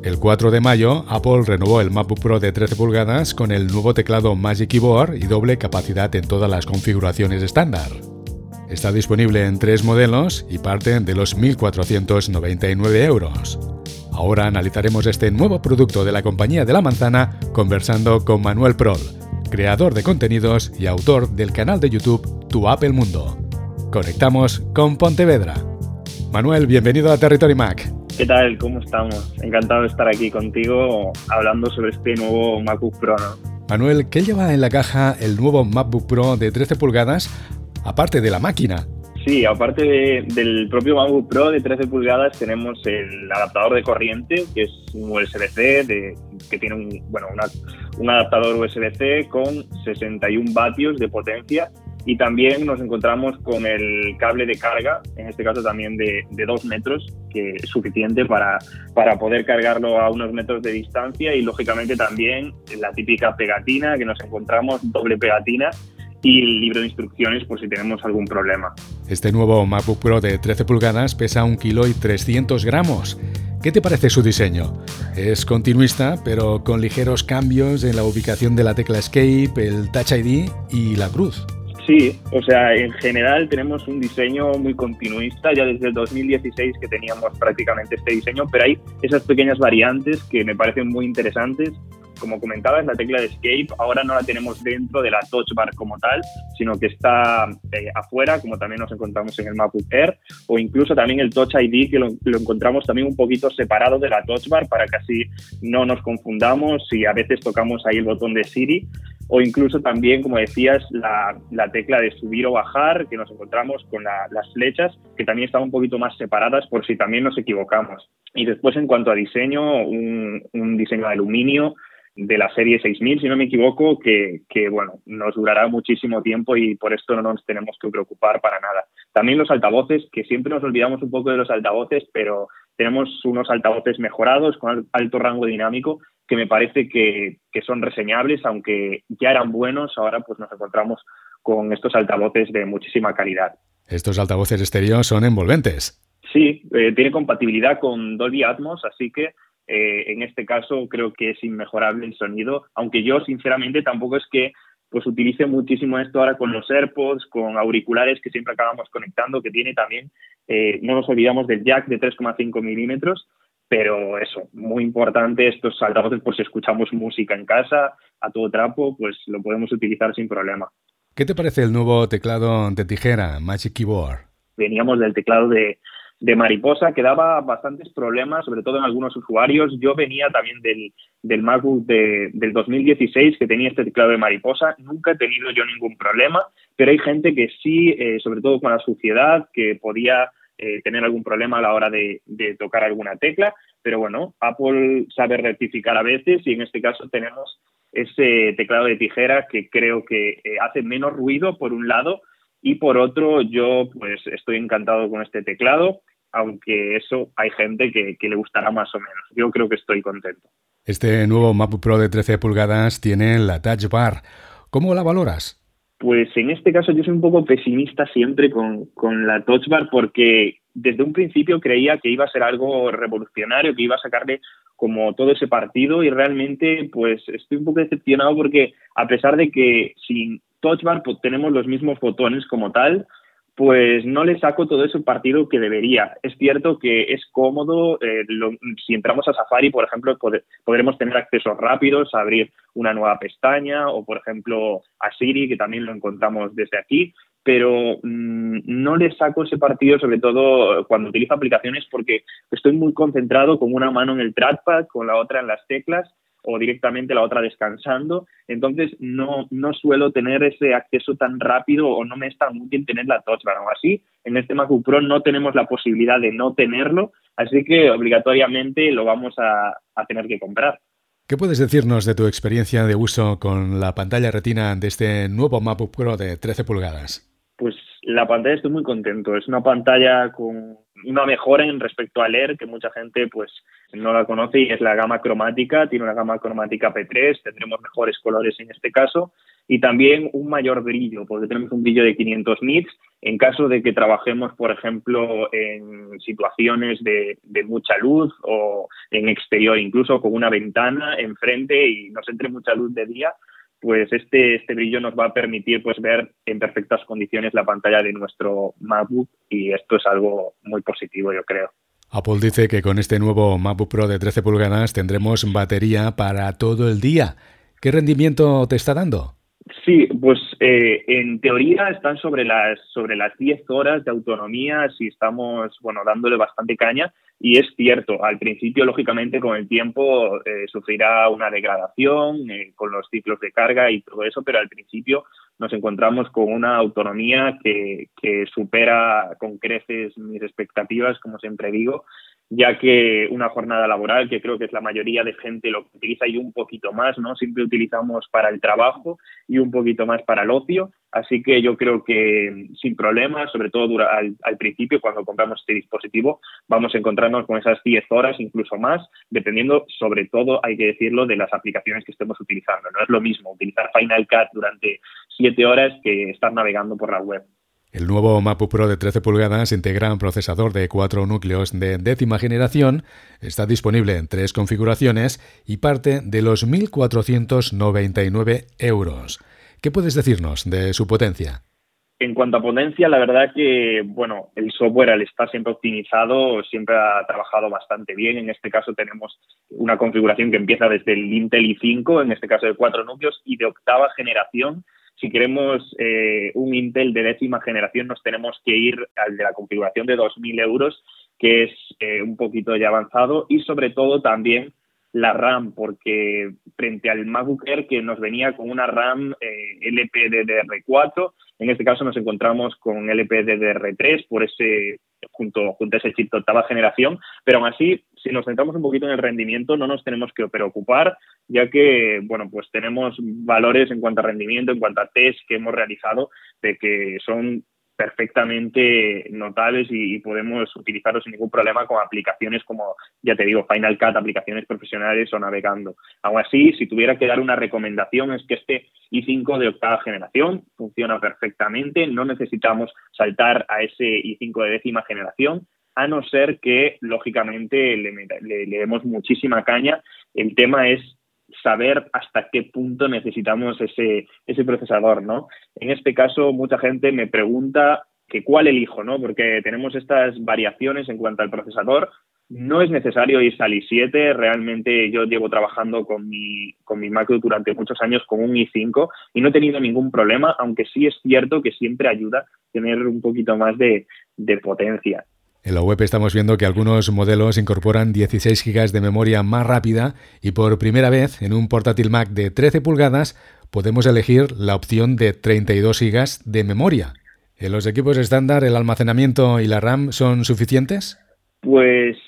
El 4 de mayo, Apple renovó el MacBook Pro de 13 pulgadas con el nuevo teclado Magic Keyboard y doble capacidad en todas las configuraciones estándar. Está disponible en 3 modelos y parte de los 1.499 euros. Ahora analizaremos este nuevo producto de la compañía de la manzana conversando con Manuel Prol, creador de contenidos y autor del canal de YouTube Tu Apple Mundo. Conectamos con Pontevedra. Manuel, bienvenido a Territory Mac. ¿Qué tal? ¿Cómo estamos? Encantado de estar aquí contigo hablando sobre este nuevo MacBook Pro, ¿no? Manuel, ¿qué lleva en la caja el nuevo MacBook Pro de 13 pulgadas, aparte de la máquina? Sí, aparte del propio MacBook Pro de 13 pulgadas tenemos el adaptador de corriente, que es un USB-C, que tiene un adaptador USB-C con 61 vatios de potencia. Y también nos encontramos con el cable de carga, en este caso también de 2 metros, que es suficiente para poder cargarlo a unos metros de distancia, y lógicamente también la típica pegatina que nos encontramos, doble pegatina, y el libro de instrucciones por si tenemos algún problema. Este nuevo MacBook Pro de 13 pulgadas pesa 1,3 kg. ¿Qué te parece su diseño? Es continuista, pero con ligeros cambios en la ubicación de la tecla Escape, el Touch ID y la cruz. Sí, o sea, en general tenemos un diseño muy continuista, ya desde el 2016 que teníamos prácticamente este diseño, pero hay esas pequeñas variantes que me parecen muy interesantes. Como comentabas, la tecla de Escape ahora no la tenemos dentro de la Touch Bar como tal, sino que está afuera, como también nos encontramos en el MacBook Air, o incluso también el Touch ID, que lo encontramos también un poquito separado de la Touch Bar para que así no nos confundamos si a veces tocamos ahí el botón de Siri, o incluso también, como decías, la tecla de subir o bajar, que nos encontramos con las flechas, que también están un poquito más separadas por si también nos equivocamos. Y después, en cuanto a diseño, un diseño de aluminio de la serie 6000, si no me equivoco, que nos durará muchísimo tiempo y por esto no nos tenemos que preocupar para nada. También los altavoces, que siempre nos olvidamos un poco de los altavoces, pero tenemos unos altavoces mejorados con alto rango dinámico que me parece que son reseñables, aunque ya eran buenos, ahora pues nos encontramos con estos altavoces de muchísima calidad. Estos altavoces estéreo son envolventes. Sí, tiene compatibilidad con Dolby Atmos, así que en este caso creo que es inmejorable el sonido, aunque yo sinceramente tampoco es que pues utilice muchísimo esto ahora con los AirPods, con auriculares que siempre acabamos conectando, que tiene también, no nos olvidamos del jack de 3,5 milímetros, pero eso, muy importante estos altavoces por si escuchamos música en casa a todo trapo, pues lo podemos utilizar sin problema. ¿Qué te parece el nuevo teclado de tijera, Magic Keyboard? Veníamos del teclado de mariposa, que daba bastantes problemas, sobre todo en algunos usuarios. Yo venía también del MacBook del 2016, que tenía este teclado de mariposa. Nunca he tenido yo ningún problema, pero hay gente que sí, sobre todo con la suciedad, que podía tener algún problema a la hora de tocar alguna tecla. Pero bueno, Apple sabe rectificar a veces y en este caso tenemos ese teclado de tijera que creo que hace menos ruido por un lado, y por otro, yo pues estoy encantado con este teclado, aunque eso hay gente que le gustará más o menos. Yo creo que estoy contento. Este nuevo MacBook Pro de 13 pulgadas tiene la Touch Bar. ¿Cómo la valoras? Pues en este caso yo soy un poco pesimista siempre con la Touch Bar, porque desde un principio creía que iba a ser algo revolucionario, que iba a sacarle como todo ese partido, y realmente pues estoy un poco decepcionado porque a pesar de que sin Touch Bar pues tenemos los mismos botones como tal, pues no le saco todo ese partido que debería. Es cierto que es cómodo, si entramos a Safari, por ejemplo, podremos tener accesos rápidos a abrir una nueva pestaña, o por ejemplo a Siri, que también lo encontramos desde aquí, pero no le saco ese partido, sobre todo cuando utilizo aplicaciones, porque estoy muy concentrado con una mano en el trackpad, con la otra en las teclas, o directamente la otra descansando. Entonces no suelo tener ese acceso tan rápido, o no me es tan útil tener la Touch Bar. Aún así, en este MacBook Pro no tenemos la posibilidad de no tenerlo, así que obligatoriamente lo vamos a tener que comprar. ¿Qué puedes decirnos de tu experiencia de uso con la pantalla Retina de este nuevo MacBook Pro de 13 pulgadas? Pues la pantalla estoy muy contento. Es una pantalla con una mejora en respecto al Air, que mucha gente pues no la conoce, y es la gama cromática. Tiene una gama cromática P3, tendremos mejores colores en este caso, y también un mayor brillo, porque tenemos un brillo de 500 nits. En caso de que trabajemos, por ejemplo, en situaciones de mucha luz o en exterior, incluso con una ventana enfrente y nos entre mucha luz de día, pues este brillo nos va a permitir pues ver en perfectas condiciones la pantalla de nuestro MacBook, y esto es algo muy positivo, yo creo. Apple dice que con este nuevo MacBook Pro de 13 pulgadas tendremos batería para todo el día. ¿Qué rendimiento te está dando? Sí, pues en teoría están sobre las 10 horas de autonomía si estamos, dándole bastante caña, y es cierto, al principio, lógicamente, con el tiempo sufrirá una degradación con los ciclos de carga y todo eso, pero al principio nos encontramos con una autonomía que supera con creces mis expectativas, como siempre digo, ya que una jornada laboral, que creo que es la mayoría de gente lo que utiliza, y un poquito más, ¿no? Siempre utilizamos para el trabajo y un poquito más para el ocio, así que yo creo que sin problemas, sobre todo al principio, cuando compramos este dispositivo, vamos a encontrarnos con esas 10 horas, incluso más, dependiendo, sobre todo, hay que decirlo, de las aplicaciones que estemos utilizando. No es lo mismo utilizar Final Cut durante 7 horas que estar navegando por la web. El nuevo MacBook Pro de 13 pulgadas integra un procesador de 4 núcleos de 10ª generación, está disponible en 3 configuraciones y parte de los 1.499 euros. ¿Qué puedes decirnos de su potencia? En cuanto a potencia, la verdad que, el software, al estar siempre optimizado, siempre ha trabajado bastante bien. En este caso tenemos una configuración que empieza desde el Intel i5, en este caso de 4 núcleos, y de 8ª generación. Si queremos un Intel de 10ª generación, nos tenemos que ir al de la configuración de 2.000 euros, que es un poquito ya avanzado, y sobre todo también la RAM, porque frente al MacBook Air, que nos venía con una RAM LPDDR4, en este caso nos encontramos con LPDDR3 junto a ese chip de 8ª generación, pero aún así, si nos centramos un poquito en el rendimiento, no nos tenemos que preocupar, ya que, pues tenemos valores en cuanto a rendimiento, en cuanto a test que hemos realizado, de que son perfectamente notables y podemos utilizarlos sin ningún problema con aplicaciones como, ya te digo, Final Cut, aplicaciones profesionales o navegando. Aún así, si tuviera que dar una recomendación, es que este i5 de 8ª generación funciona perfectamente, no necesitamos saltar a ese i5 de 10ª generación, a no ser que, lógicamente, le demos muchísima caña. El tema es saber hasta qué punto necesitamos ese procesador, ¿no? En este caso, mucha gente me pregunta que cuál elijo, ¿no? Porque tenemos estas variaciones en cuanto al procesador. No es necesario irse al i7. Realmente yo llevo trabajando con mi MacBook durante muchos años con un i5 y no he tenido ningún problema, aunque sí es cierto que siempre ayuda tener un poquito más de potencia. En la web estamos viendo que algunos modelos incorporan 16 GB de memoria más rápida y por primera vez en un portátil Mac de 13 pulgadas podemos elegir la opción de 32 GB de memoria. ¿En los equipos estándar el almacenamiento y la RAM son suficientes? Pues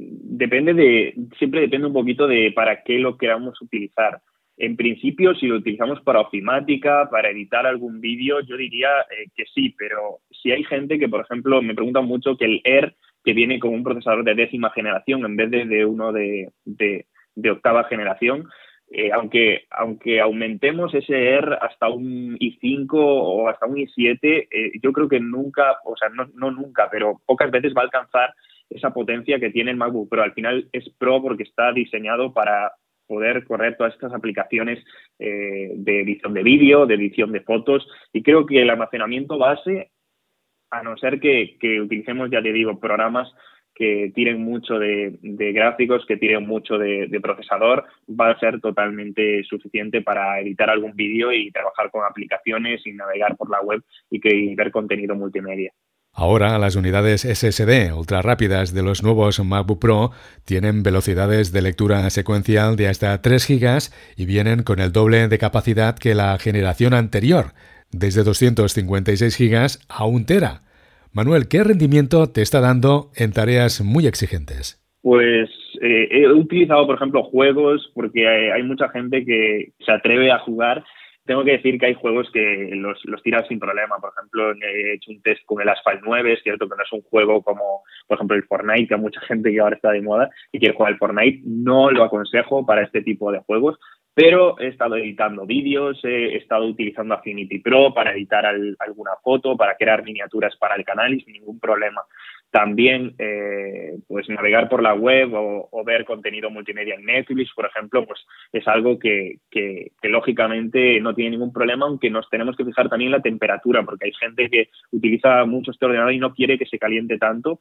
siempre depende un poquito de para qué lo queramos utilizar. En principio, si lo utilizamos para ofimática, para editar algún vídeo, yo diría que sí, pero si hay gente que, por ejemplo, me pregunta mucho que el Air, que viene con un procesador de 10ª generación en vez de uno de 8ª generación, aunque aumentemos ese Air hasta un i5 o hasta un i7, yo creo que nunca, no nunca, pero pocas veces va a alcanzar esa potencia que tiene el MacBook Pro. Al final es Pro porque está diseñado para poder correr todas estas aplicaciones de edición de vídeo, de edición de fotos, y creo que el almacenamiento base, a no ser que utilicemos, ya te digo, programas que tiren mucho de gráficos, que tiren mucho de procesador, va a ser totalmente suficiente para editar algún vídeo y trabajar con aplicaciones y navegar por la web y ver contenido multimedia. Ahora, las unidades SSD ultra rápidas de los nuevos MacBook Pro tienen velocidades de lectura secuencial de hasta 3 GB y vienen con el doble de capacidad que la generación anterior, desde 256 GB a 1 TB. Manuel, ¿qué rendimiento te está dando en tareas muy exigentes? Pues he utilizado, por ejemplo, juegos, porque hay mucha gente que se atreve a jugar tengo que decir que hay juegos que los tiras sin problema. Por ejemplo, he hecho un test con el Asphalt 9, es cierto que no es un juego como, por ejemplo, el Fortnite, que hay mucha gente que ahora está de moda y quiere jugar al Fortnite. No lo aconsejo para este tipo de juegos, pero he estado editando vídeos, he estado utilizando Affinity Pro para editar alguna foto, para crear miniaturas para el canal y sin ningún problema. También, pues navegar por la web o ver contenido multimedia en Netflix, por ejemplo, pues es algo que lógicamente no tiene ningún problema, aunque nos tenemos que fijar también en la temperatura, porque hay gente que utiliza mucho este ordenador y no quiere que se caliente tanto.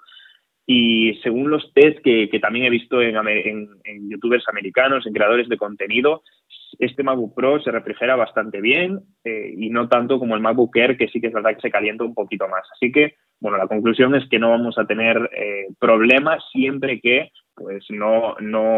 Y según los test que también he visto en youtubers americanos, en creadores de contenido, este MacBook Pro se refrigera bastante bien y no tanto como el MacBook Air, que sí que es verdad que se calienta un poquito más. Así que, bueno, la conclusión es que no vamos a tener problemas siempre que pues no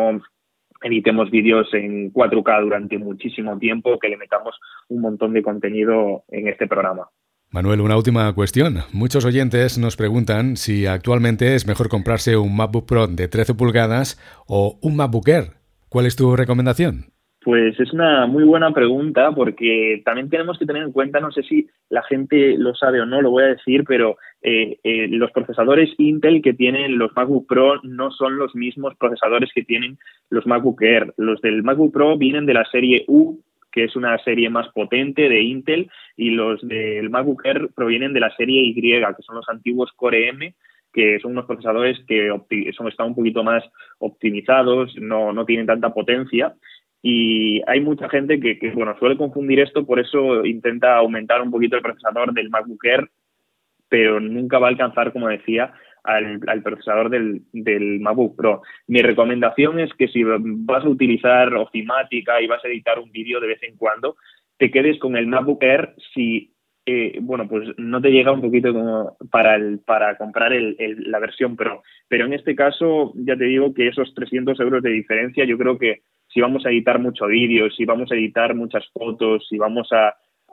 editemos vídeos en 4K durante muchísimo tiempo, que le metamos un montón de contenido en este programa. Manuel, una última cuestión. Muchos oyentes nos preguntan si actualmente es mejor comprarse un MacBook Pro de 13 pulgadas o un MacBook Air. ¿Cuál es tu recomendación? Pues es una muy buena pregunta, porque también tenemos que tener en cuenta, no sé si la gente lo sabe o no, lo voy a decir, pero los procesadores Intel que tienen los MacBook Pro no son los mismos procesadores que tienen los MacBook Air. Los del MacBook Pro vienen de la serie U, que es una serie más potente de Intel, y los del MacBook Air provienen de la serie Y, que son los antiguos Core M, que son unos procesadores que están un poquito más optimizados, no tienen tanta potencia. Y hay mucha gente que suele confundir esto, por eso intenta aumentar un poquito el procesador del MacBook Air, pero nunca va a alcanzar, como decía, al procesador del MacBook Pro. Mi recomendación es que si vas a utilizar ofimática y vas a editar un vídeo de vez en cuando, te quedes con el MacBook Air si pues no te llega un poquito como para comprar la versión Pro. Pero en este caso, ya te digo que esos 300 euros de diferencia, yo creo que si vamos a editar mucho vídeo, si vamos a editar muchas fotos, si vamos a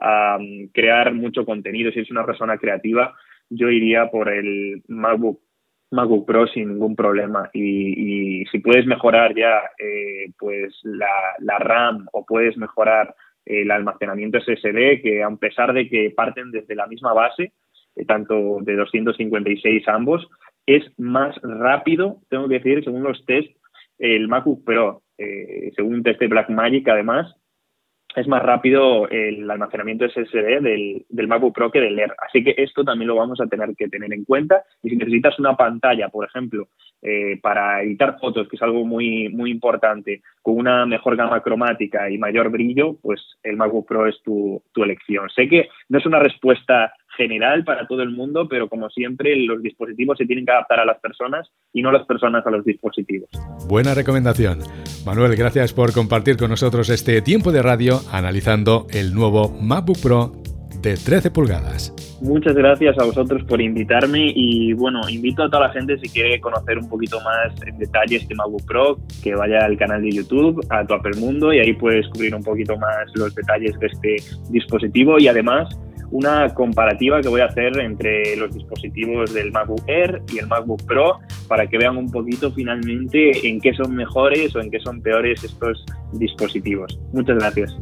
crear mucho contenido, si eres una persona creativa, yo iría por el MacBook Pro sin ningún problema. Y si puedes mejorar ya pues la RAM o puedes mejorar el almacenamiento SSD, que a pesar de que parten desde la misma base, tanto de 256 ambos, es más rápido, tengo que decir, según los test, el MacBook Pro, según un test de Blackmagic, además, es más rápido el almacenamiento SSD del MacBook Pro que del Air. Así que esto también lo vamos a tener que tener en cuenta. Y si necesitas una pantalla, por ejemplo, para editar fotos, que es algo muy, muy importante, con una mejor gama cromática y mayor brillo, pues el MacBook Pro es tu elección. Sé que no es una respuesta general para todo el mundo, pero como siempre, los dispositivos se tienen que adaptar a las personas y no las personas a los dispositivos. Buena recomendación. Manuel, gracias por compartir con nosotros este tiempo de radio analizando el nuevo MacBook Pro de 13 pulgadas. Muchas gracias a vosotros por invitarme y invito a toda la gente, si quiere conocer un poquito más en detalle este MacBook Pro, que vaya al canal de YouTube, a Tu Apple Mundo, y ahí puedes descubrir un poquito más los detalles de este dispositivo y además una comparativa que voy a hacer entre los dispositivos del MacBook Air y el MacBook Pro para que vean un poquito finalmente en qué son mejores o en qué son peores estos dispositivos. Muchas gracias.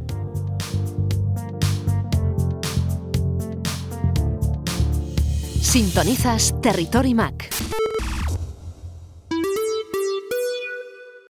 Sintonizas Territory Mac.